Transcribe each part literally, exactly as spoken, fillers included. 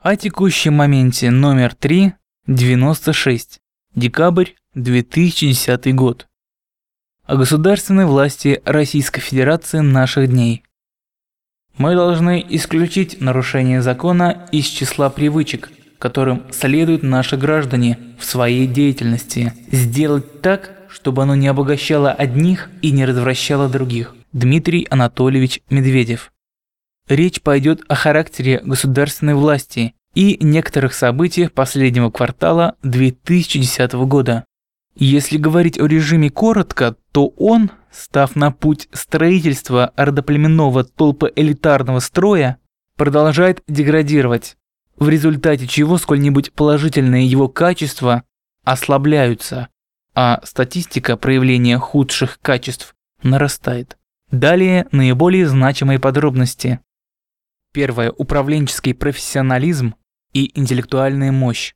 О текущем моменте номер три, девяносто шесть, декабрь две тысячи десятый год. О государственной власти Российской Федерации наших дней. Мы должны исключить нарушение закона из числа привычек, которым следуют наши граждане в своей деятельности. Сделать так, чтобы оно не обогащало одних и не развращало других. Дмитрий Анатольевич Медведев. Речь пойдет о характере государственной власти и некоторых событиях последнего квартала две тысячи десятого года. Если говорить о режиме коротко, то он, став на путь строительства родоплеменного толпоэлитарного строя, продолжает деградировать, в результате чего сколь-нибудь положительные его качества ослабляются, а статистика проявления худших качеств нарастает. Далее наиболее значимые подробности. Первое. Управленческий профессионализм и интеллектуальная мощь.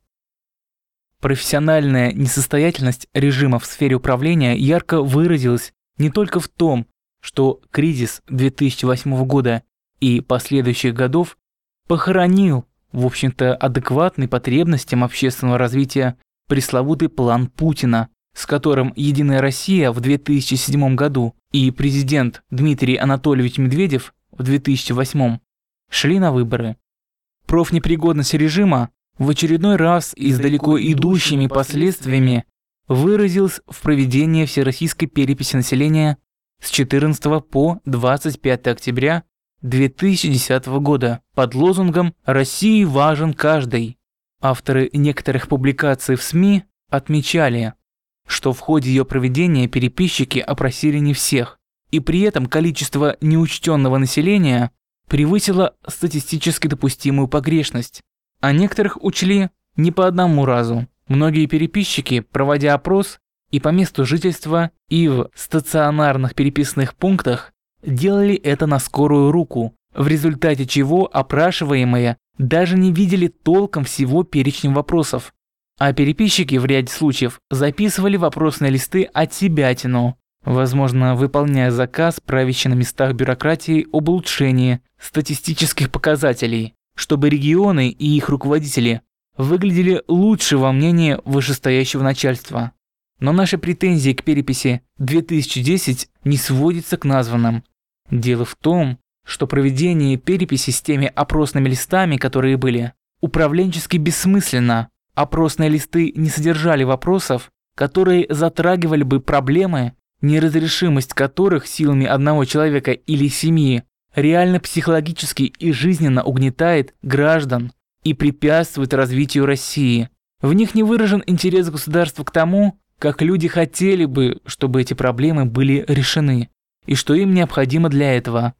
Профессиональная несостоятельность режима в сфере управления ярко выразилась не только в том, что кризис две тысячи восьмого года и последующих годов похоронил, в общем-то, адекватный потребностям общественного развития пресловутый план Путина, с которым «Единая Россия» в две тысячи седьмом году и президент Дмитрий Анатольевич Медведев в две тысячи восьмом шли на выборы. Профнепригодность режима в очередной раз и с далеко идущими последствиями выразилась в проведении всероссийской переписи населения с четырнадцатого по двадцать пятое октября две тысячи десятого года под лозунгом «России важен каждый». Авторы некоторых публикаций в СМИ отмечали, что в ходе ее проведения переписчики опросили не всех, и при этом количество неучтенного населения превысило статистически допустимую погрешность, а некоторых учли не по одному разу. Многие переписчики, проводя опрос и по месту жительства, и в стационарных переписных пунктах, делали это на скорую руку, в результате чего опрашиваемые даже не видели толком всего перечня вопросов. А переписчики в ряде случаев записывали вопросные листы отсебятину, возможно, выполняя заказ правящей на местах бюрократии об улучшении статистических показателей, чтобы регионы и их руководители выглядели лучше во мнении вышестоящего начальства. Но наши претензии к переписи две тысячи десять не сводятся к названным. Дело в том, что проведение переписи с теми опросными листами, которые были, управленчески бессмысленно. Опросные листы не содержали вопросов, которые затрагивали бы проблемы, неразрешимость которых силами одного человека или семьи реально психологически и жизненно угнетает граждан и препятствует развитию России. В них не выражен интерес государства к тому, как люди хотели бы, чтобы эти проблемы были решены, и что им необходимо для этого.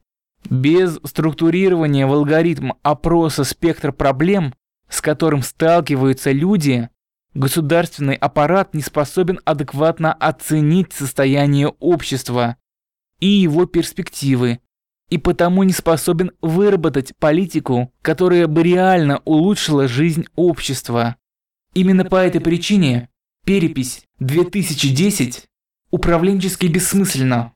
Без структурирования в алгоритм опроса спектра проблем, с которым сталкиваются люди, государственный аппарат не способен адекватно оценить состояние общества и его перспективы, и потому не способен выработать политику, которая бы реально улучшила жизнь общества. Именно по этой причине перепись две тысячи десять управленчески бессмысленна.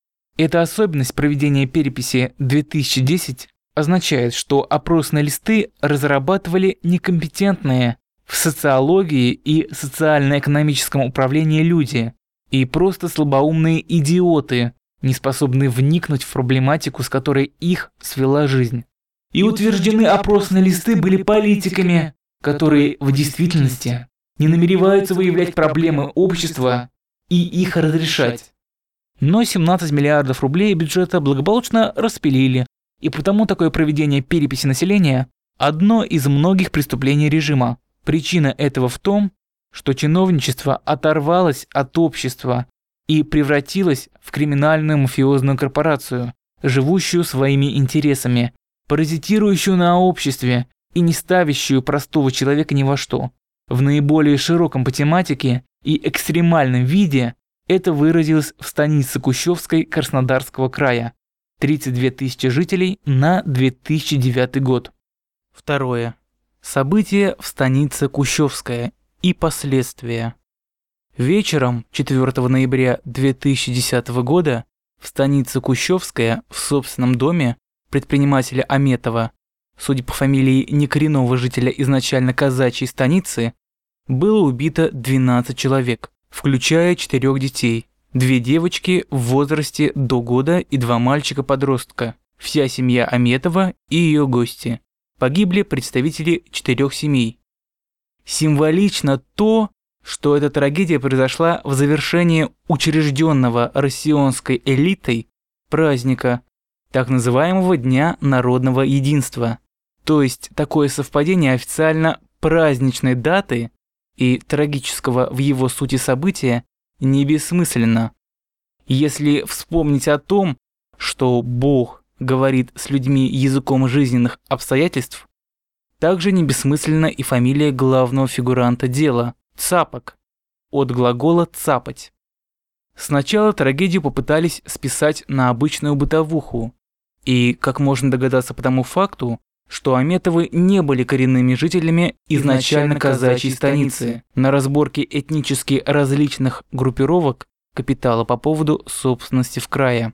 Эта особенность проведения переписи две тысячи десять означает, что опросные листы разрабатывали некомпетентные в социологии и социально-экономическом управлении люди и просто слабоумные идиоты, не способные вникнуть в проблематику, с которой их свела жизнь. И утверждены опросные листы были политиками, которые в действительности не намереваются выявлять проблемы общества и их разрешать. Но семнадцать миллиардов рублей бюджета благополучно распилили, и потому такое проведение переписи населения – одно из многих преступлений режима. Причина этого в том, что чиновничество оторвалось от общества и превратилось в криминальную мафиозную корпорацию, живущую своими интересами, паразитирующую на обществе и не ставящую простого человека ни во что. В наиболее широком по тематике и экстремальном виде это выразилось в станице Кущевской Краснодарского края. тридцать две тысячи жителей на две тысячи девятый год. Второе. События в станице Кущевская и последствия. Вечером четвёртого ноября две тысячи десятого года в станице Кущевская в собственном доме предпринимателя Аметова судя по фамилии некоренного жителя изначально казачьей станицы, было убито двенадцать человек, включая четырех детей, две девочки в возрасте до года и два мальчика-подростка, вся семья Аметова и ее гости. Погибли представители четырех семей. Символично то, что эта трагедия произошла в завершении учрежденного россионской элитой праздника, так называемого Дня народного единства. То есть такое совпадение официально праздничной даты и трагического в его сути события не бессмысленно. Если вспомнить о том, что Бог говорит с людьми языком жизненных обстоятельств, также не бессмысленна и фамилия главного фигуранта дела – Цапок, от глагола «цапать». Сначала трагедию попытались списать на обычную бытовуху, и, как можно догадаться по тому факту, что Аметовы не были коренными жителями изначально казачьей станицы, на разборке этнически различных группировок капитала по поводу собственности в крае.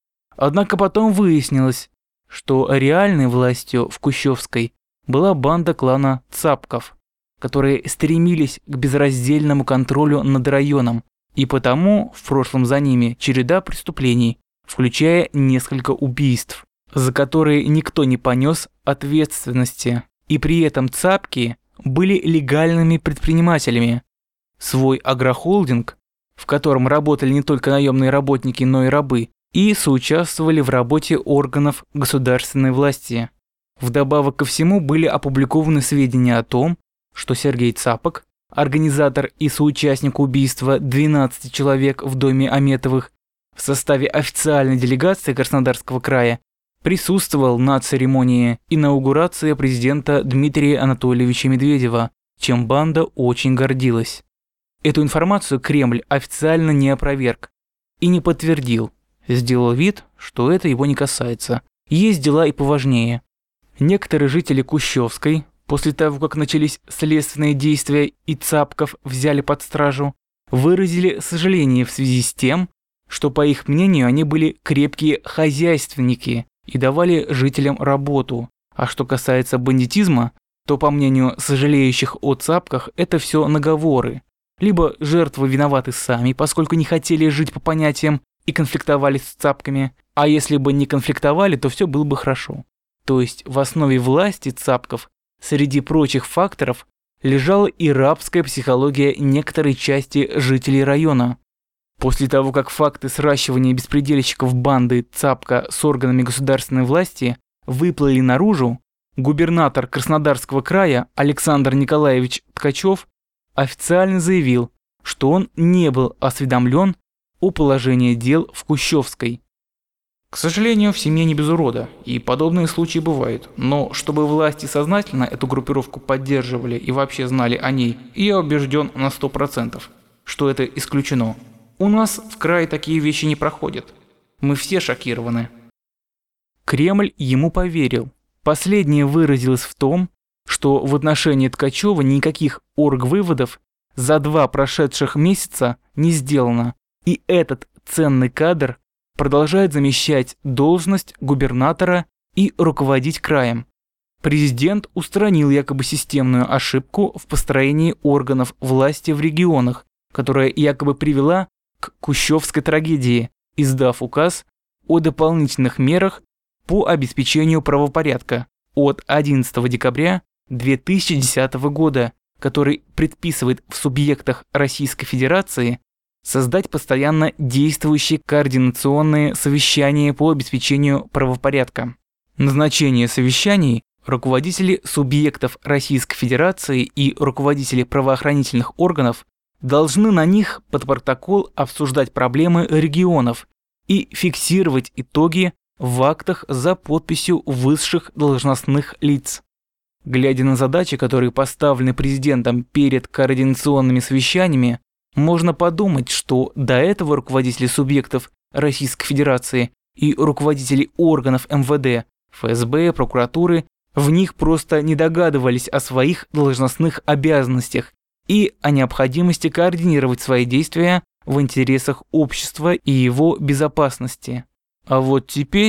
Однако потом выяснилось, что реальной властью в Кущевской была банда клана Цапков, которые стремились к безраздельному контролю над районом, и потому в прошлом за ними череда преступлений, включая несколько убийств, за которые никто не понес ответственности. И при этом Цапки были легальными предпринимателями. Свой агрохолдинг, в котором работали не только наемные работники, но и рабы, и соучаствовали в работе органов государственной власти. Вдобавок ко всему были опубликованы сведения о том, что Сергей Цапок, организатор и соучастник убийства двенадцати человек в доме Аметовых в составе официальной делегации Краснодарского края, присутствовал на церемонии инаугурации президента Дмитрия Анатольевича Медведева, чем банда очень гордилась. Эту информацию Кремль официально не опроверг и не подтвердил, сделал вид, что это его не касается. Есть дела и поважнее. Некоторые жители Кущевской, после того, как начались следственные действия и Цапков взяли под стражу, выразили сожаление в связи с тем, что, по их мнению, они были крепкие хозяйственники и давали жителям работу. А что касается бандитизма, то, по мнению сожалеющих о Цапках, это все наговоры. Либо жертвы виноваты сами, поскольку не хотели жить по понятиям и конфликтовали с Цапками, а если бы не конфликтовали, то все было бы хорошо. То есть в основе власти Цапков, среди прочих факторов, лежала и рабская психология некоторой части жителей района. После того, как факты сращивания беспредельщиков банды Цапка с органами государственной власти выплыли наружу, губернатор Краснодарского края Александр Николаевич Ткачев официально заявил, что он не был осведомлен о положении дел в Кущевской. К сожалению, в семье не без урода, и подобные случаи бывают, но чтобы власти сознательно эту группировку поддерживали и вообще знали о ней, я убежден на сто процентов, что это исключено. У нас в крае такие вещи не проходят. Мы все шокированы. Кремль ему поверил. Последнее выразилось в том, что в отношении Ткачева никаких оргвыводов за два прошедших месяца не сделано, и этот ценный кадр продолжает замещать должность губернатора и руководить краем. Президент устранил якобы системную ошибку в построении органов власти в регионах, которая якобы привела к Кущевской трагедии, издав указ о дополнительных мерах по обеспечению правопорядка от одиннадцатого декабря две тысячи десятого года, который предписывает в субъектах Российской Федерации создать постоянно действующие координационные совещания по обеспечению правопорядка. Назначение совещаний руководители субъектов Российской Федерации и руководители правоохранительных органов должны на них под протокол обсуждать проблемы регионов и фиксировать итоги в актах за подписью высших должностных лиц. Глядя на задачи, которые поставлены президентом перед координационными совещаниями, можно подумать, что до этого руководители субъектов Российской Федерации и руководители органов эм вэ дэ, эф эс бэ, прокуратуры в них просто не догадывались о своих должностных обязанностях и о необходимости координировать свои действия в интересах общества и его безопасности. А вот теперь,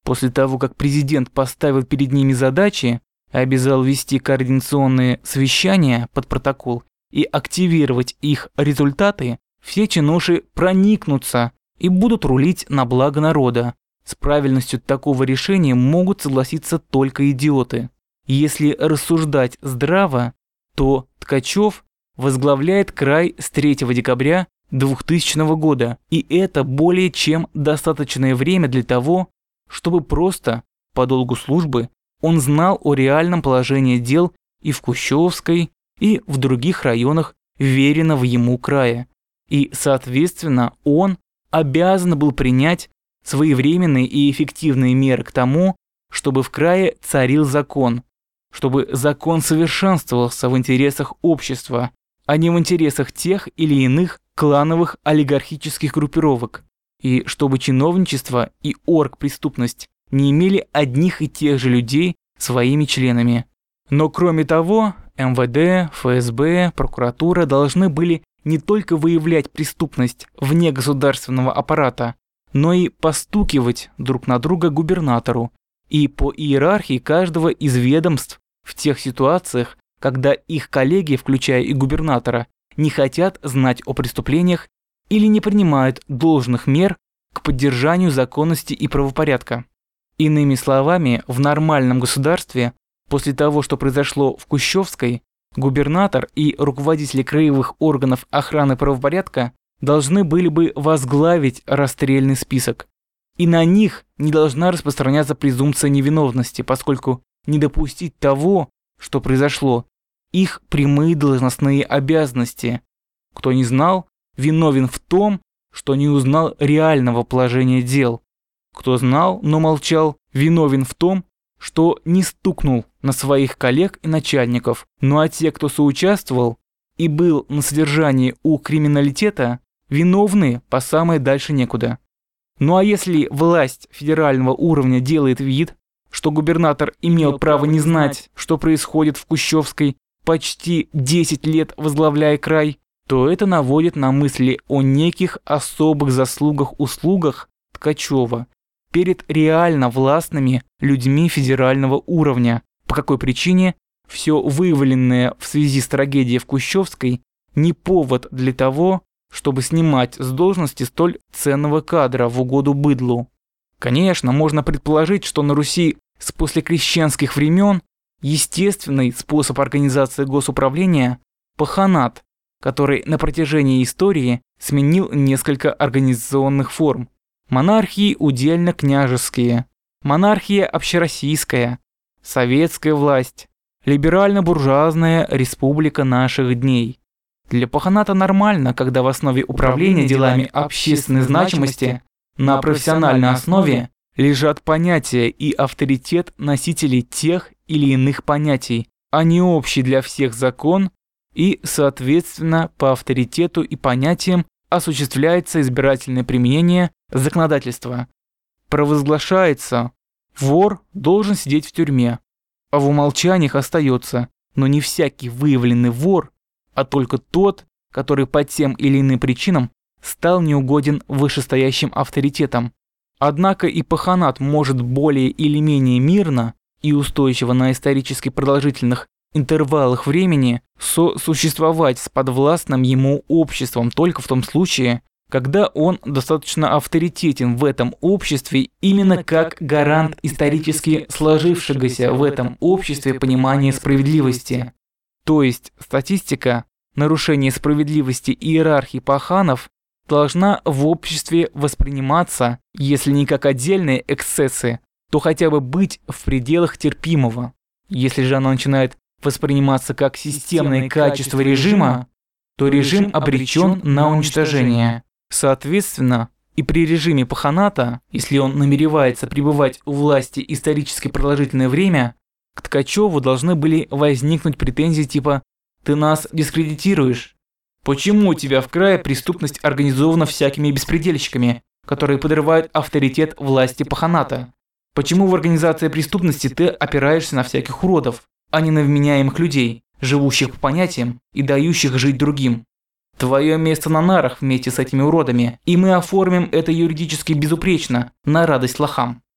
После того, как президент поставил перед ними задачи, обязал вести координационные совещания под протокол и активировать их результаты, все чинуши проникнутся и будут рулить на благо народа. С правильностью такого решения могут согласиться только идиоты. Если рассуждать здраво, то Ткачев возглавляет край с третьего декабря двухтысячного года, и это более чем достаточное время для того, чтобы просто по долгу службы он знал о реальном положении дел и в Кущевской, и в других районах веренного ему края. И, соответственно, он обязан был принять своевременные и эффективные меры к тому, чтобы в крае царил закон, чтобы закон совершенствовался в интересах общества, а не в интересах тех или иных клановых олигархических группировок, и чтобы чиновничество и оргпреступность не имели одних и тех же людей своими членами. Но кроме того, эм вэ дэ, эф эс бэ, прокуратура должны были не только выявлять преступность вне государственного аппарата, но и постукивать друг на друга губернатору и по иерархии каждого из ведомств в тех ситуациях, когда их коллеги, включая и губернатора, не хотят знать о преступлениях или не принимают должных мер к поддержанию законности и правопорядка. Иными словами, в нормальном государстве, после того, что произошло в Кущевской, губернатор и руководители краевых органов охраны правопорядка должны были бы возглавить расстрельный список. И на них не должна распространяться презумпция невиновности, поскольку не допустить того, что произошло, их прямые должностные обязанности. Кто не знал, виновен в том, что не узнал реального положения дел. Кто знал, но молчал, виновен в том, что не стукнул на своих коллег и начальников. Ну а те, кто соучаствовал и был на содержании у криминалитета, виновны по самое дальше некуда. Ну а если власть федерального уровня делает вид, что губернатор имел право не знать, что происходит в Кущевской, почти десять лет возглавляя край, то это наводит на мысли о неких особых заслугах-услугах Ткачева перед реально властными людьми федерального уровня. По какой причине все выявленное в связи с трагедией в Кущевской не повод для того, чтобы снимать с должности столь ценного кадра в угоду быдлу. Конечно, можно предположить, что на Руси с послекрещенских времен естественный способ организации госуправления – паханат, который на протяжении истории сменил несколько организационных форм. Монархии удельно-княжеские, монархия общероссийская, советская власть, либерально-буржуазная республика наших дней. Для паханата нормально, когда в основе управления делами общественной значимости на профессиональной основе лежат понятия и авторитет носителей тех или иных понятий, а не общий для всех закон, и, соответственно, по авторитету и понятиям осуществляется избирательное применение законодательства. Провозглашается: вор должен сидеть в тюрьме, а в умолчаниях остается, но не всякий выявленный вор, а только тот, который по тем или иным причинам стал неугоден вышестоящим авторитетам. Однако и паханат может более или менее мирно и устойчиво на исторически продолжительных интервалах времени сосуществовать с подвластным ему обществом только в том случае, когда он достаточно авторитетен в этом обществе именно как гарант исторически сложившегося в этом обществе понимания справедливости. То есть статистика нарушения справедливости иерархии паханов должна в обществе восприниматься, если не как отдельные эксцессы, то хотя бы быть в пределах терпимого. Если же она начинает восприниматься как системное качество режима, то режим обречен на уничтожение. Соответственно, и при режиме паханата, если он намеревается пребывать у власти исторически продолжительное время, к Ткачеву должны были возникнуть претензии типа «ты нас дискредитируешь». Почему у тебя в крае преступность организована всякими беспредельщиками, которые подрывают авторитет власти паханата? Почему в организации преступности ты опираешься на всяких уродов, а не на вменяемых людей, живущих по понятиям и дающих жить другим? Твое место на нарах вместе с этими уродами, и мы оформим это юридически безупречно, на радость лохам.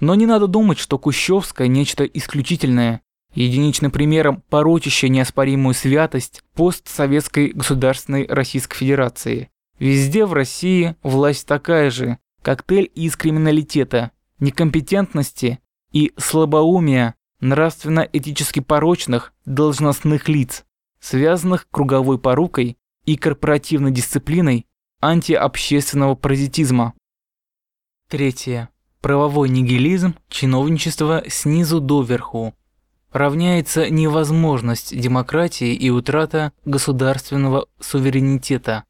Но не надо думать, что Кущевская – нечто исключительное. Единичным примером, порочащей неоспоримую святость постсоветской государственной Российской Федерации. Везде в России власть такая же. Коктейль из криминалитета, некомпетентности и слабоумия нравственно-этически порочных должностных лиц, связанных круговой порукой и корпоративной дисциплиной антиобщественного паразитизма. Третье. Правовой нигилизм, чиновничество снизу доверху. Равняется невозможность демократии и утрата государственного суверенитета.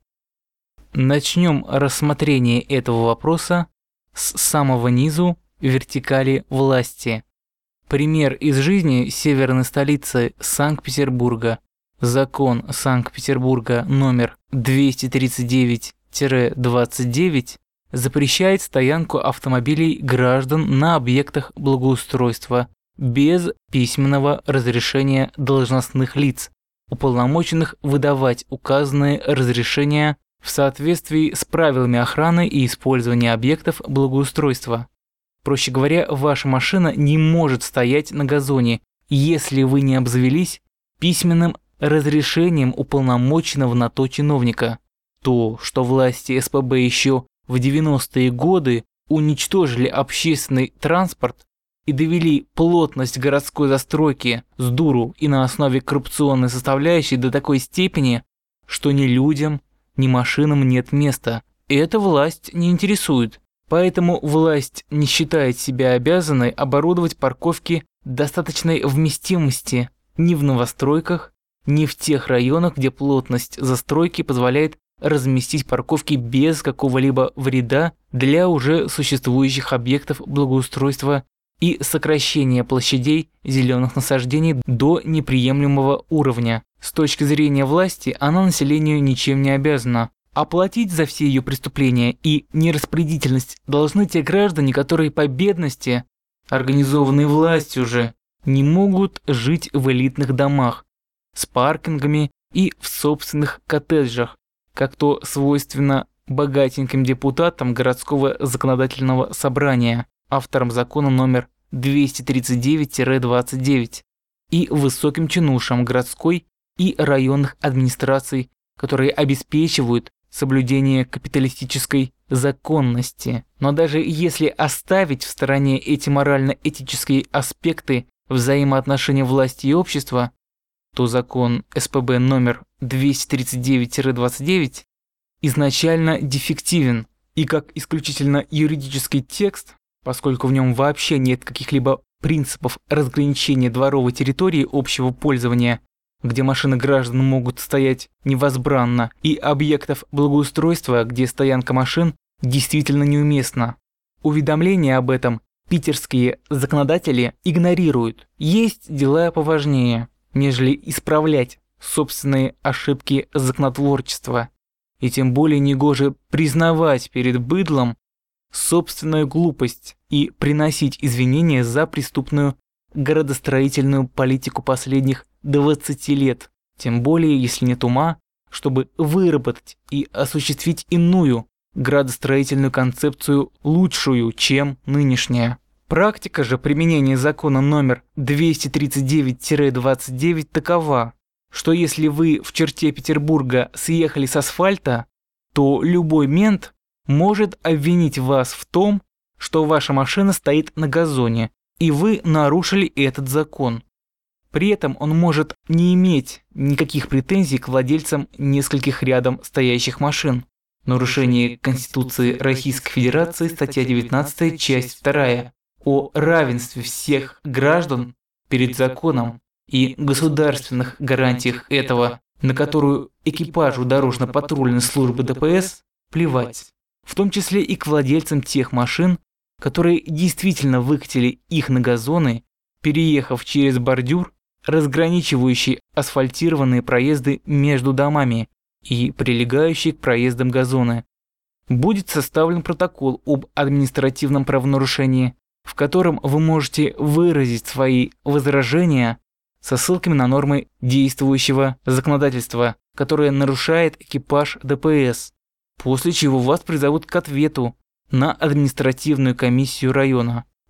Начнем рассмотрение этого вопроса с самого низу вертикали власти. Пример из жизни северной столицы Санкт-Петербурга. Закон Санкт-Петербурга номер двести тридцать девять двадцать девять запрещает стоянку автомобилей граждан на объектах благоустройства без письменного разрешения должностных лиц, уполномоченных выдавать указанные разрешения в соответствии с правилами охраны и использования объектов благоустройства. Проще говоря, ваша машина не может стоять на газоне, если вы не обзавелись письменным разрешением уполномоченного на то чиновника. То, что власти эс пэ бэ еще в девяностые годы уничтожили общественный транспорт и довели плотность городской застройки с дуру и на основе коррупционной составляющей до такой степени, что ни людям, ни машинам нет места. И эта власть не интересует. Поэтому власть не считает себя обязанной оборудовать парковки достаточной вместимости ни в новостройках, ни в тех районах, где плотность застройки позволяет разместить парковки без какого-либо вреда для уже существующих объектов благоустройства и сокращения площадей зеленых насаждений до неприемлемого уровня. С точки зрения власти она населению ничем не обязана. Оплатить за все ее преступления и нераспорядительность должны те граждане, которые по бедности, организованной властью же, не могут жить в элитных домах, с паркингами и в собственных коттеджах, как то свойственно богатеньким депутатам городского законодательного собрания, авторам закона номер двести тридцать девять двадцать девять, и высоким чинушам городской и районных администраций, которые обеспечивают соблюдение капиталистической законности. Но даже если оставить в стороне эти морально-этические аспекты взаимоотношения власти и общества, то закон эс пэ бэ номер двести тридцать девять двадцать девять изначально дефективен и как исключительно юридический текст, поскольку в нем вообще нет каких-либо принципов разграничения дворовой территории общего пользования, где машины граждан могут стоять невозбранно, и объектов благоустройства, где стоянка машин действительно неуместна. Уведомления об этом питерские законодатели игнорируют. Есть дела поважнее, нежели исправлять собственные ошибки законотворчества. И тем более негоже признавать перед быдлом собственную глупость и приносить извинения за преступную городостроительную политику последних двадцати лет. Тем более, если нет ума, чтобы выработать и осуществить иную градостроительную концепцию, лучшую, чем нынешняя. Практика же применения закона номер двести тридцать девять двадцать девять такова, что если вы в черте Петербурга съехали с асфальта, то любой мент может обвинить вас в том, что ваша машина стоит на газоне, и вы нарушили этот закон. При этом он может не иметь никаких претензий к владельцам нескольких рядом стоящих машин. Нарушение Конституции Российской Федерации, статья девятнадцатая, часть вторая, о равенстве всех граждан перед законом и государственных гарантиях этого, на которую экипажу дорожно-патрульной службы дэ пэ эс плевать, в том числе и к владельцам тех машин, которые действительно выкатили их на газоны, переехав через бордюр, разграничивающий асфальтированные проезды между домами и прилегающие к проездам газоны. Будет составлен протокол об административном правонарушении, в котором вы можете выразить свои возражения со ссылками на нормы действующего законодательства, которое нарушает экипаж дэ пэ эс, после чего вас призовут к ответу на административную комиссию района.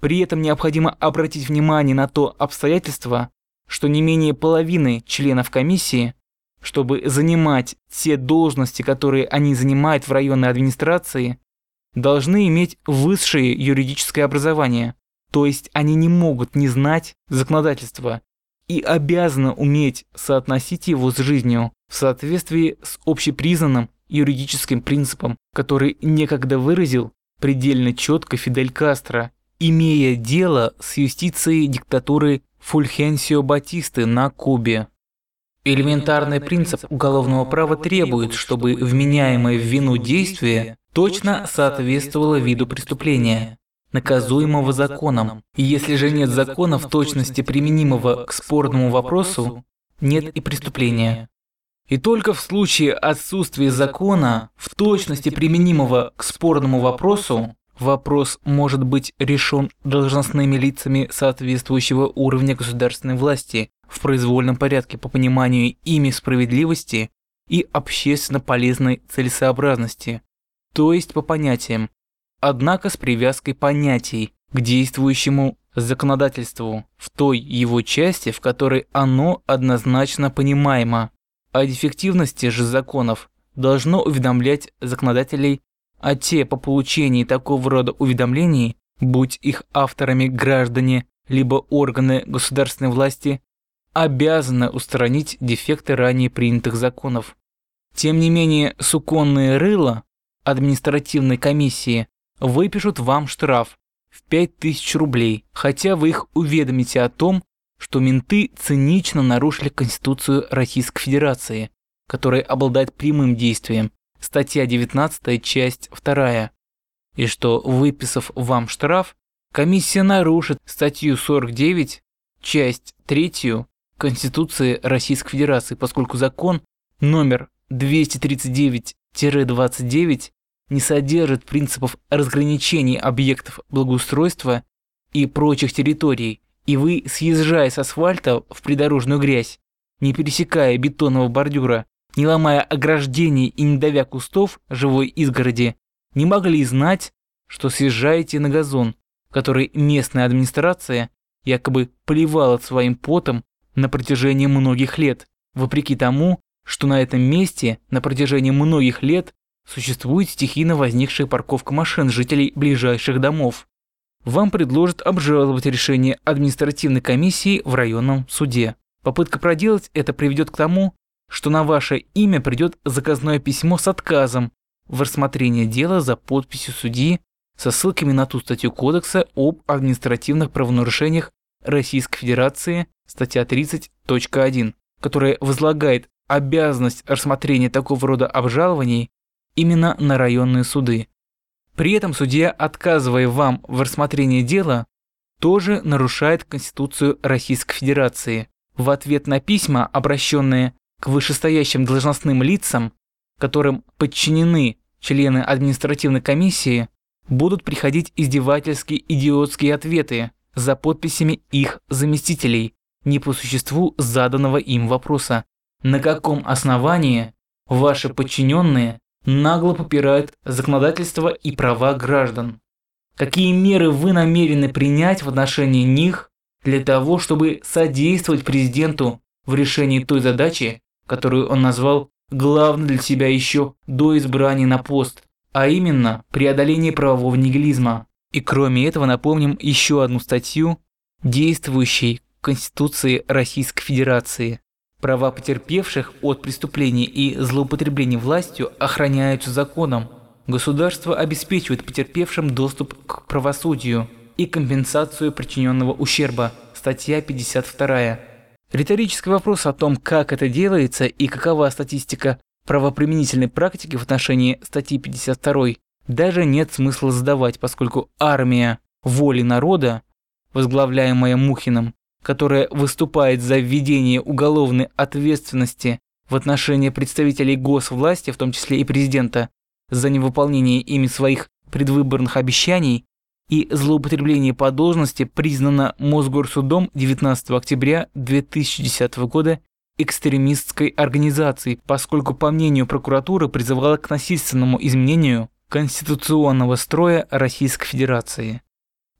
При этом необходимо обратить внимание на то обстоятельство, что не менее половины членов комиссии, чтобы занимать те должности, которые они занимают в районной администрации, должны иметь высшее юридическое образование, то есть они не могут не знать законодательства и обязаны уметь соотносить его с жизнью в соответствии с общепризнанным юридическим принципом, который некогда выразил предельно четко Фидель Кастро, имея дело с юстицией диктатуры Фульхенсио Батисты на Кубе. Элементарный принцип уголовного права требует, чтобы вменяемое в вину действие точно соответствовало виду преступления, наказуемого законом. И если же нет закона в точности применимого к спорному вопросу, нет и преступления. И только в случае отсутствия закона, в точности применимого к спорному вопросу, вопрос может быть решен должностными лицами соответствующего уровня государственной власти в произвольном порядке по пониманию ими справедливости и общественно полезной целесообразности, то есть по понятиям, однако с привязкой понятий к действующему законодательству в той его части, в которой оно однозначно понимаемо. О дефективности же законов должно уведомлять законодателей, а те по получении такого рода уведомлений, будь их авторами граждане либо органы государственной власти, обязаны устранить дефекты ранее принятых законов. Тем не менее, суконные рыла административной комиссии выпишут вам штраф в пять тысяч рублей, хотя вы их уведомите о том, что менты цинично нарушили Конституцию Российской Федерации, которая обладает прямым действием, статья девятнадцатая, часть вторая, и что, выписав вам штраф, комиссия нарушит статью сорок девять, часть третью Конституции Российской Федерации, поскольку закон номер двести тридцать девять двадцать девять не содержит принципов разграничений объектов благоустройства и прочих территорий, и вы, съезжая с асфальта в придорожную грязь, не пересекая бетонного бордюра, не ломая ограждений и не давя кустов живой изгороди, не могли знать, что съезжаете на газон, который местная администрация якобы поливала своим потом на протяжении многих лет, вопреки тому, что на этом месте на протяжении многих лет существует стихийно возникшая парковка машин жителей ближайших домов. Вам предложат обжаловать решение административной комиссии в районном суде. Попытка проделать это приведет к тому, что на ваше имя придет заказное письмо с отказом в рассмотрении дела за подписью судьи со ссылками на ту статью Кодекса об административных правонарушениях Российской Федерации, статья тридцать точка один, которая возлагает обязанность рассмотрения такого рода обжалований именно на районные суды. При этом судья, отказывая вам в рассмотрении дела, тоже нарушает Конституцию Российской Федерации. В ответ на письма, обращенные к вышестоящим должностным лицам, которым подчинены члены административной комиссии, будут приходить издевательские идиотские ответы за подписями их заместителей, не по существу заданного им вопроса. На каком основании ваши подчиненные нагло попирают законодательство и права граждан? Какие меры вы намерены принять в отношении них для того, чтобы содействовать президенту в решении той задачи, которую он назвал главной для себя еще до избрания на пост, а именно преодоление правового нигилизма? И кроме этого напомним еще одну статью действующей Конституции Российской Федерации. Права потерпевших от преступлений и злоупотреблений властью охраняются законом. Государство обеспечивает потерпевшим доступ к правосудию и компенсацию причиненного ущерба. Статья пятьдесят вторая. Риторический вопрос о том, как это делается и какова статистика правоприменительной практики в отношении статьи пятьдесят второй, даже нет смысла задавать, поскольку армия воли народа, возглавляемая Мухиным, которая выступает за введение уголовной ответственности в отношении представителей госвласти, в том числе и президента, за невыполнение ими своих предвыборных обещаний и злоупотребление по должности, признана Мосгорсудом девятнадцатого октября две тысячи десятого года экстремистской организацией, поскольку, по мнению прокуратуры, призывала к насильственному изменению конституционного строя Российской Федерации.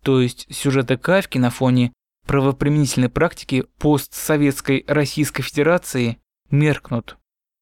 то есть сюжеты Кафки на фоне правоприменительной практики постсоветской Российской Федерации, меркнут.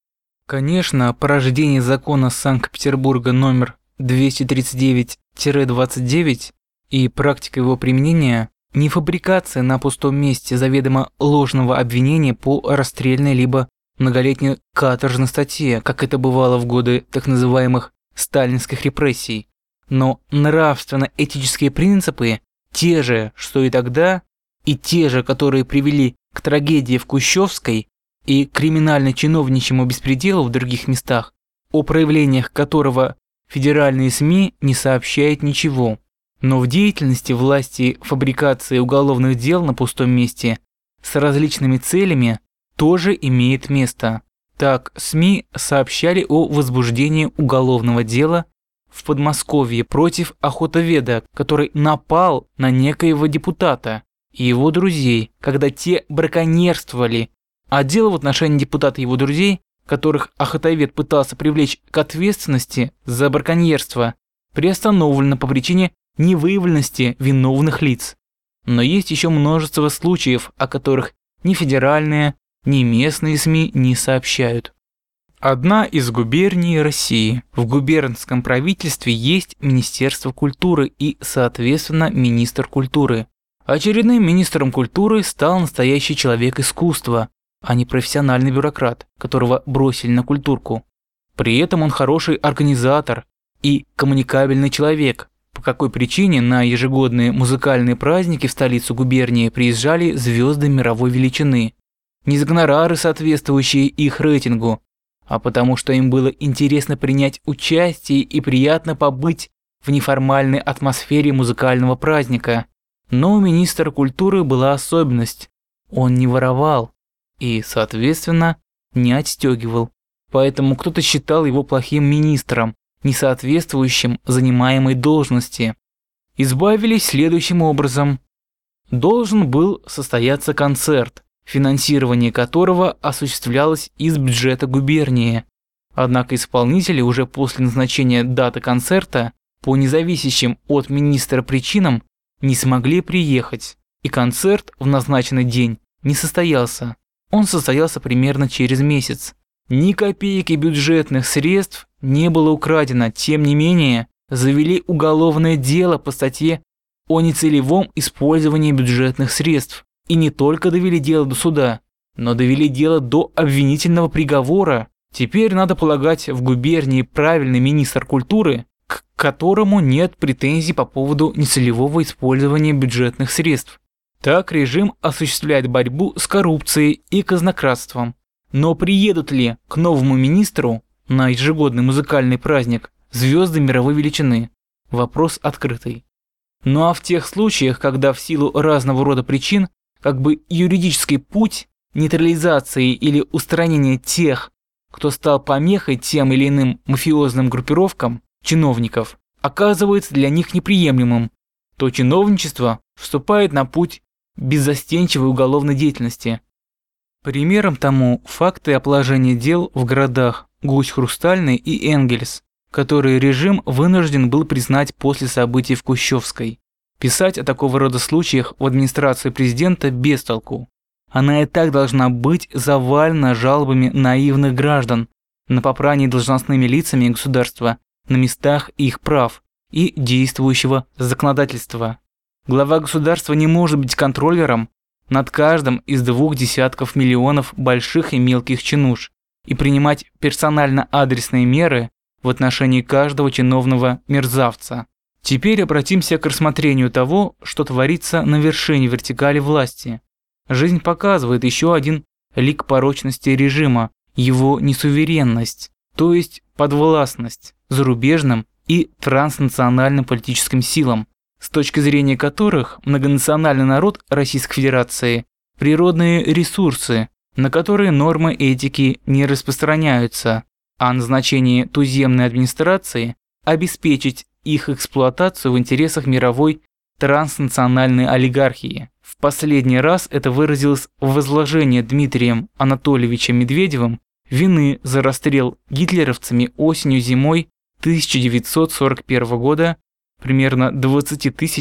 Конечно, порождение закона Санкт-Петербурга номер двести тридцать девять двадцать девять и практика его применения не фабрикация на пустом месте заведомо ложного обвинения по расстрельной либо многолетней каторжной статье, как это бывало в годы так называемых сталинских репрессий, но нравственно-этические принципы те же, что и тогда, и те же, которые привели к трагедии в Кущевской и криминально-чиновничьему беспределу в других местах, о проявлениях которого федеральные СМИ не сообщают ничего. Но в деятельности власти фабрикации уголовных дел на пустом месте с различными целями тоже имеет место. Так, СМИ сообщали о возбуждении уголовного дела в Подмосковье против охотоведа, который напал на некоего депутата и его друзей, когда те браконьерствовали, а дело в отношении депутата и его друзей, которых охотовед пытался привлечь к ответственности за браконьерство, приостановлено по причине невыявленности виновных лиц. Но есть еще множество случаев, о которых ни федеральные, ни местные СМИ не сообщают. Одна из губерний России. В губернском правительстве есть Министерство культуры и, соответственно, министр культуры. Очередным министром культуры стал настоящий человек искусства, а не профессиональный бюрократ, которого бросили на культурку. При этом он хороший организатор и коммуникабельный человек, по какой причине на ежегодные музыкальные праздники в столицу губернии приезжали звезды мировой величины. Не за гонорары, соответствующие их рейтингу, а потому что им было интересно принять участие и приятно побыть в неформальной атмосфере музыкального праздника. Но у министра культуры была особенность – он не воровал и, соответственно, не отстегивал. Поэтому кто-то считал его плохим министром, не соответствующим занимаемой должности. Избавились следующим образом. Должен был состояться концерт, финансирование которого осуществлялось из бюджета губернии. Однако исполнители уже после назначения даты концерта по независящим от министра причинам не смогли приехать, и концерт в назначенный день не состоялся. Он состоялся примерно через месяц. Ни копейки бюджетных средств не было украдено, тем не менее завели уголовное дело по статье о нецелевом использовании бюджетных средств. И не только довели дело до суда, но довели дело до обвинительного приговора. Теперь, надо полагать, в губернии правильный министр культуры, к которому нет претензий по поводу нецелевого использования бюджетных средств. Так режим осуществляет борьбу с коррупцией и казнократством. Но приедут ли к новому министру на ежегодный музыкальный праздник звезды мировой величины? Вопрос открытый. Ну а в тех случаях, когда в силу разного рода причин как бы юридический путь нейтрализации или устранения тех, кто стал помехой тем или иным мафиозным группировкам чиновников, оказывается для них неприемлемым, то чиновничество вступает на путь беззастенчивой уголовной деятельности. Примером тому факты о положении дел в городах Гусь-Хрустальный и Энгельс, которые режим вынужден был признать после событий в Кущевской. Писать о такого рода случаях в администрации президента без толку. Она и так должна быть завалена жалобами наивных граждан на попрание должностными лицами государства на местах их прав и действующего законодательства. Глава государства не может быть контролером над каждым из двух десятков миллионов больших и мелких чинуш и принимать персонально-адресные меры в отношении каждого чиновного мерзавца. Теперь обратимся к рассмотрению того, что творится на вершине вертикали власти. Жизнь показывает еще один лик порочности режима, его несуверенность, то есть подвластность зарубежным и транснациональным политическим силам, с точки зрения которых многонациональный народ Российской Федерации – природные ресурсы, на которые нормы этики не распространяются, а назначение туземной администрации – обеспечить их эксплуатацию в интересах мировой транснациональной олигархии. В последний раз это выразилось в возложении Дмитрием Анатольевичем Медведевым вины за расстрел гитлеровцами осенью-зимой тысяча девятьсот сорок первого года примерно двадцати тысяч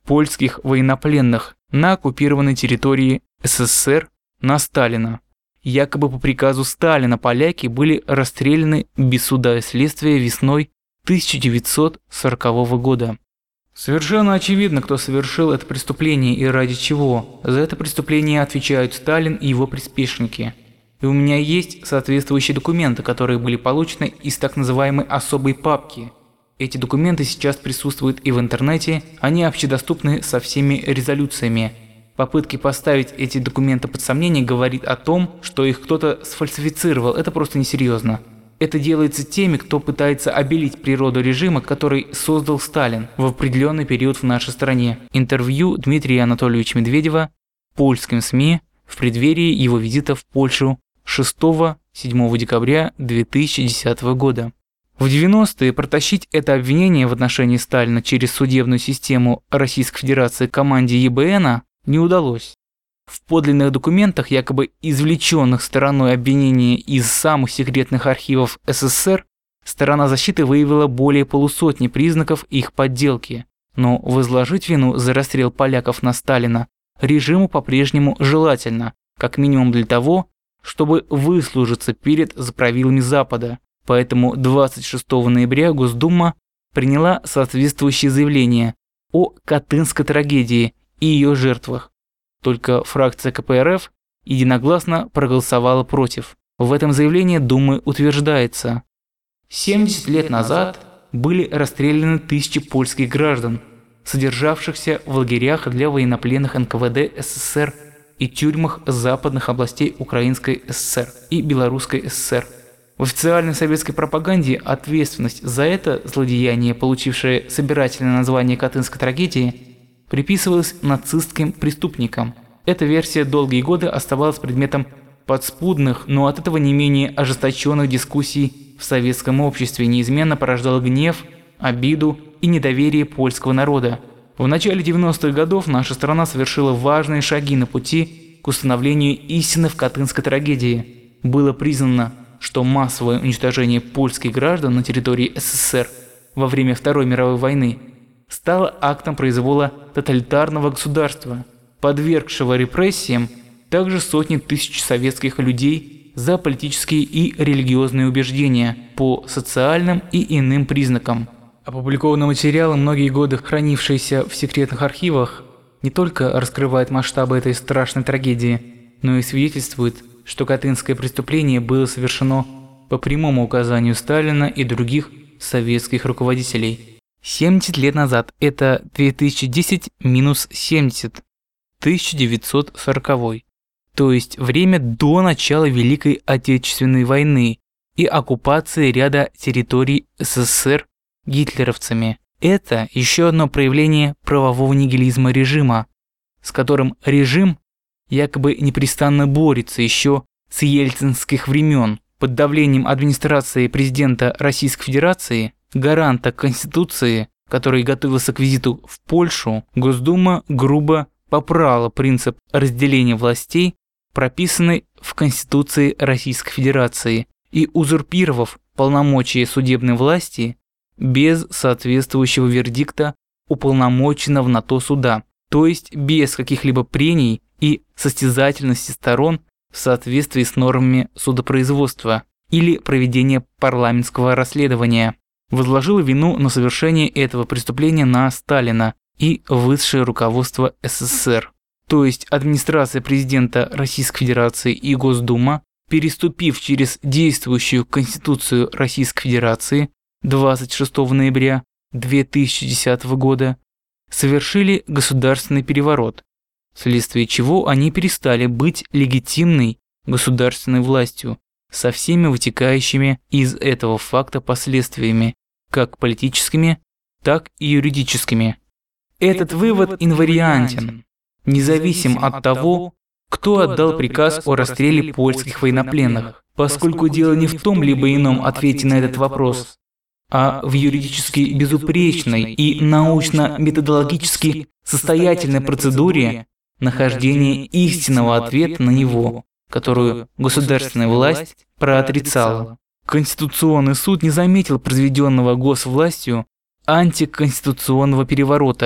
польских военнопленных на оккупированной территории СССР на Сталина. Якобы по приказу Сталина поляки были расстреляны без суда и следствия весной тысяча девятьсот сорокового года. Совершенно очевидно, кто совершил это преступление и ради чего. За это преступление отвечают Сталин и его приспешники. И у меня есть соответствующие документы, которые были получены из так называемой особой папки. Эти документы сейчас присутствуют и в интернете, они общедоступны со всеми резолюциями. Попытки поставить эти документы под сомнение говорит о том, что их кто-то сфальсифицировал, это просто несерьезно. Это делается теми, кто пытается обелить природу режима, который создал Сталин в определенный период в нашей стране. Интервью Дмитрия Анатольевича Медведева польским СМИ в преддверии его визита в Польшу шестого-седьмого декабря две тысячи десятого года. В девяностые протащить это обвинение в отношении Сталина через судебную систему Российской Федерации команде Е Бэ Эна не удалось. В подлинных документах, якобы извлеченных стороной обвинения из самых секретных архивов Эс Эс Эс Эр, сторона защиты выявила более полусотни признаков их подделки. Но возложить вину за расстрел поляков на Сталина режиму по-прежнему желательно, как минимум для того, чтобы выслужиться перед заправилами Запада. Поэтому двадцать шестого ноября Госдума приняла соответствующее заявление о Катынской трагедии и ее жертвах. Только фракция Ка Пэ Эр Эф единогласно проголосовала против. В этом заявлении Думы утверждается: семьдесят лет назад были расстреляны тысячи польских граждан, содержавшихся в лагерях для военнопленных Эн Ка Вэ Дэ Эс Эс Эс Эр и тюрьмах западных областей Украинской Эс Эс Эс Эр и Белорусской Эс Эс Эс Эр. В официальной советской пропаганде ответственность за это злодеяние, получившее собирательное название Катынской трагедии, приписывалась нацистским преступникам. Эта версия долгие годы оставалась предметом подспудных, но от этого не менее ожесточенных дискуссий в советском обществе, неизменно порождала гнев, обиду и недоверие польского народа. В начале девяностых годов наша страна совершила важные шаги на пути к установлению истины в Катынской трагедии. Было признано, что массовое уничтожение польских граждан на территории Эс Эс Эс Эр во время Второй мировой войны стало актом произвола тоталитарного государства, подвергшего репрессиям также сотни тысяч советских людей за политические и религиозные убеждения по социальным и иным признакам. Опубликованные материалы, многие годы хранившиеся в секретных архивах, не только раскрывают масштабы этой страшной трагедии, но и свидетельствуют, что Катынское преступление было совершено по прямому указанию Сталина и других советских руководителей. семьдесят лет назад – это две тысячи десять минус семьдесят, тысяча девятьсот сороковой, то есть время до начала Великой Отечественной войны и оккупации ряда территорий Эс Эс Эс Эр гитлеровцами. Это еще одно проявление правового нигилизма режима, с которым режим якобы непрестанно борется еще с ельцинских времен. Под давлением администрации президента Российской Федерации, гаранта Конституции, который готовился к визиту в Польшу, Госдума грубо попрала принцип разделения властей, прописанный в Конституции Российской Федерации, и узурпировав полномочия судебной власти без соответствующего вердикта уполномоченного на то суда, то есть без каких-либо прений и состязательности сторон в соответствии с нормами судопроизводства или проведения парламентского расследования, возложила вину на совершение этого преступления на Сталина и высшее руководство Эс Эс Эс Эр. То есть администрация президента Российской Федерации и Госдума, переступив через действующую Конституцию Российской Федерации двадцать шестого ноября две тысячи десятого года, совершили государственный переворот, вследствие чего они перестали быть легитимной государственной властью со всеми вытекающими из этого факта последствиями, как политическими, так и юридическими. Этот вывод инвариантен, независим от того, кто отдал приказ о расстреле польских военнопленных, поскольку дело не в том либо ином ответе на этот вопрос, а в юридически безупречной и научно-методологически состоятельной процедуре нахождения истинного ответа на него, которую государственная власть проотрицала. Конституционный суд не заметил произведенного госвластью антиконституционного переворота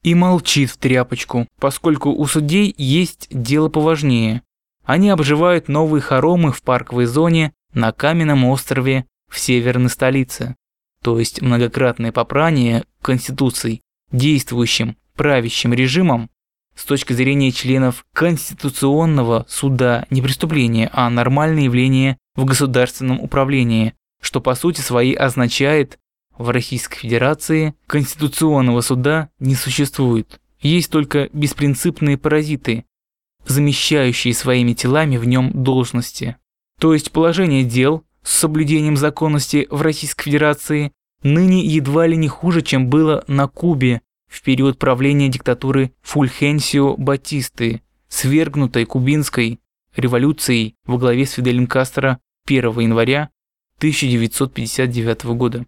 и молчит в тряпочку, поскольку у судей есть дело поважнее. Они обживают новые хоромы в парковой зоне на каменном острове в северной столице. То есть многократное попрание конституций действующим правящим режимом с точки зрения членов Конституционного суда не преступление, а нормальное явление в государственном управлении, что по сути своей означает, в Российской Федерации Конституционного суда не существует. Есть только беспринципные паразиты, замещающие своими телами в нем должности. То есть положение дел с соблюдением законности в Российской Федерации ныне едва ли не хуже, чем было на Кубе в период правления диктатуры Фульхенсио Батисты, свергнутой кубинской революцией во главе с Фиделем Кастро первого января тысяча девятьсот пятьдесят девятого года.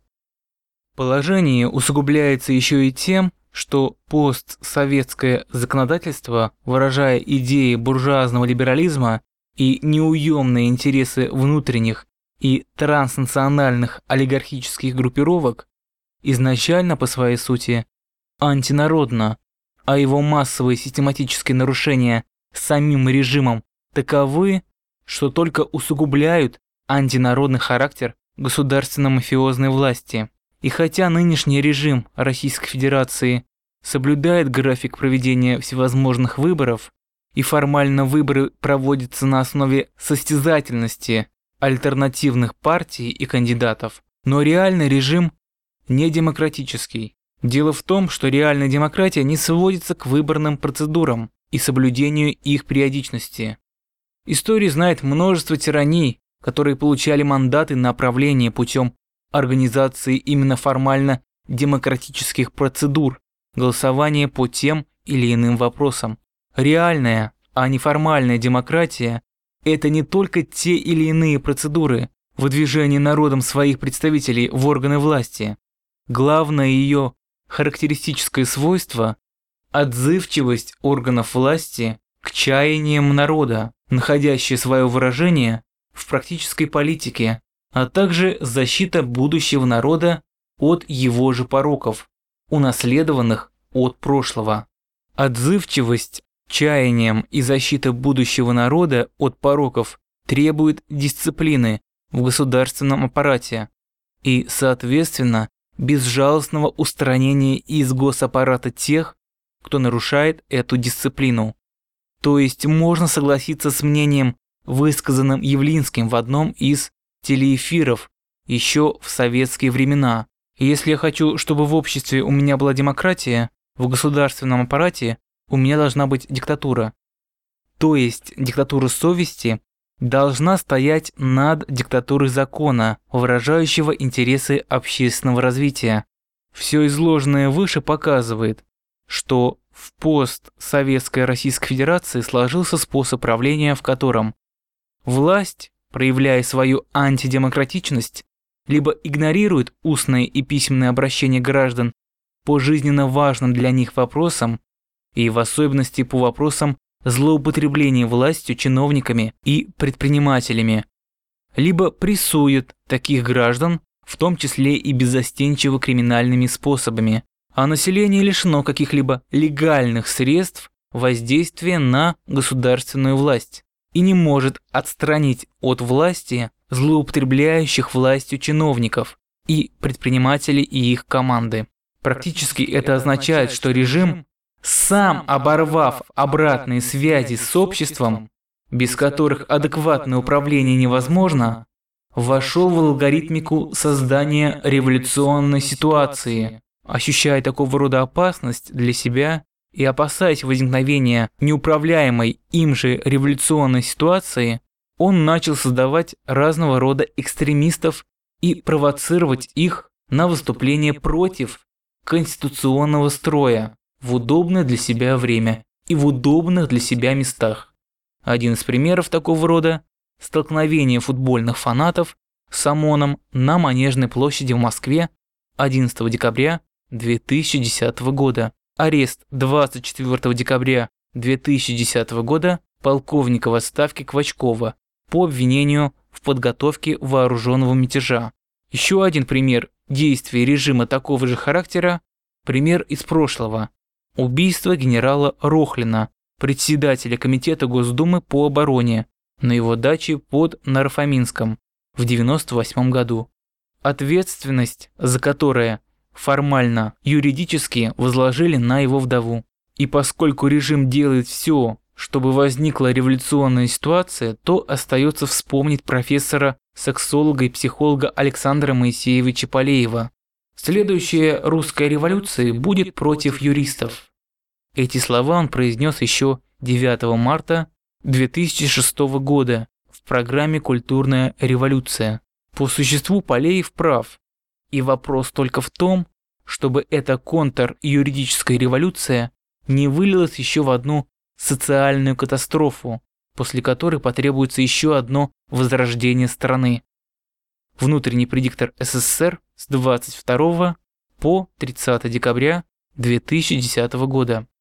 Положение усугубляется еще и тем, что постсоветское законодательство, выражая идеи буржуазного либерализма и неуемные интересы внутренних и транснациональных олигархических группировок, изначально по своей сути антинародно, а его массовые систематические нарушения самим режимом таковы, что только усугубляют антинародный характер государственно-мафиозной власти. И хотя нынешний режим Российской Федерации соблюдает график проведения всевозможных выборов, и формально выборы проводятся на основе состязательности альтернативных партий и кандидатов, но реальный режим не демократический. Дело в том, что реальная демократия не сводится к выборным процедурам и соблюдению их периодичности. История знает множество тираний, которые получали мандаты на правление путем организации именно формально демократических процедур, голосования по тем или иным вопросам. Реальная, а не формальная демократия – это не только те или иные процедуры выдвижения народом своих представителей в органы власти. Главное ее характеристическое свойство – отзывчивость органов власти к чаяниям народа, находящее свое выражение в практической политике, а также защита будущего народа от его же пороков, унаследованных от прошлого. Отзывчивость к чаяниям и защита будущего народа от пороков требует дисциплины в государственном аппарате и, соответственно, безжалостного устранения из госаппарата тех, кто нарушает эту дисциплину. То есть можно согласиться с мнением, высказанным Явлинским в одном из телеэфиров еще в советские времена. Если я хочу, чтобы в обществе у меня была демократия, в государственном аппарате у меня должна быть диктатура. То есть диктатура совести должна стоять над диктатурой закона, выражающего интересы общественного развития. Все изложенное выше показывает, что в постсоветской Российской Федерации сложился способ правления, в котором власть, проявляя свою антидемократичность, либо игнорирует устное и письменное обращение граждан по жизненно важным для них вопросам, и в особенности по вопросам злоупотребления властью чиновниками и предпринимателями, либо прессует таких граждан, в том числе и беззастенчиво криминальными способами, а население лишено каких-либо легальных средств воздействия на государственную власть и не может отстранить от власти злоупотребляющих властью чиновников и предпринимателей и их команды. Практически это означает, что режим, сам оборвав обратные связи с обществом, без которых адекватное управление невозможно, вошел в алгоритмику создания революционной ситуации. Ощущая такого рода опасность для себя и опасаясь возникновения неуправляемой им же революционной ситуации, он начал создавать разного рода экстремистов и провоцировать их на выступление против конституционного строя в удобное для себя время и в удобных для себя местах. Один из примеров такого рода – столкновение футбольных фанатов с ОМОНом на Манежной площади в Москве одиннадцатого декабря две тысячи десятого года. Арест двадцать четвёртого декабря две тысячи десятого года полковника в отставке Квачкова по обвинению в подготовке вооруженного мятежа. Еще один пример действий режима такого же характера – пример из прошлого. убийство генерала Рохлина, председателя Комитета Госдумы по обороне, на его даче под Нарфаминском в девяносто восьмом году. Ответственность за которое формально, юридически возложили на его вдову. И поскольку режим делает все, чтобы возникла революционная ситуация, то остается вспомнить профессора, сексолога и психолога Александра Моисеевича Полеева. Следующая русская революция будет против юристов. Эти слова он произнес еще девятого марта две тысячи шестого года в программе «Культурная революция». По существу Полеев прав. И вопрос только в том, чтобы эта контрюридическая революция не вылилась еще в одну социальную катастрофу, после которой потребуется еще одно возрождение страны. Внутренний предиктор СССР с двадцать второго по тридцатое декабря две тысячи десятого года.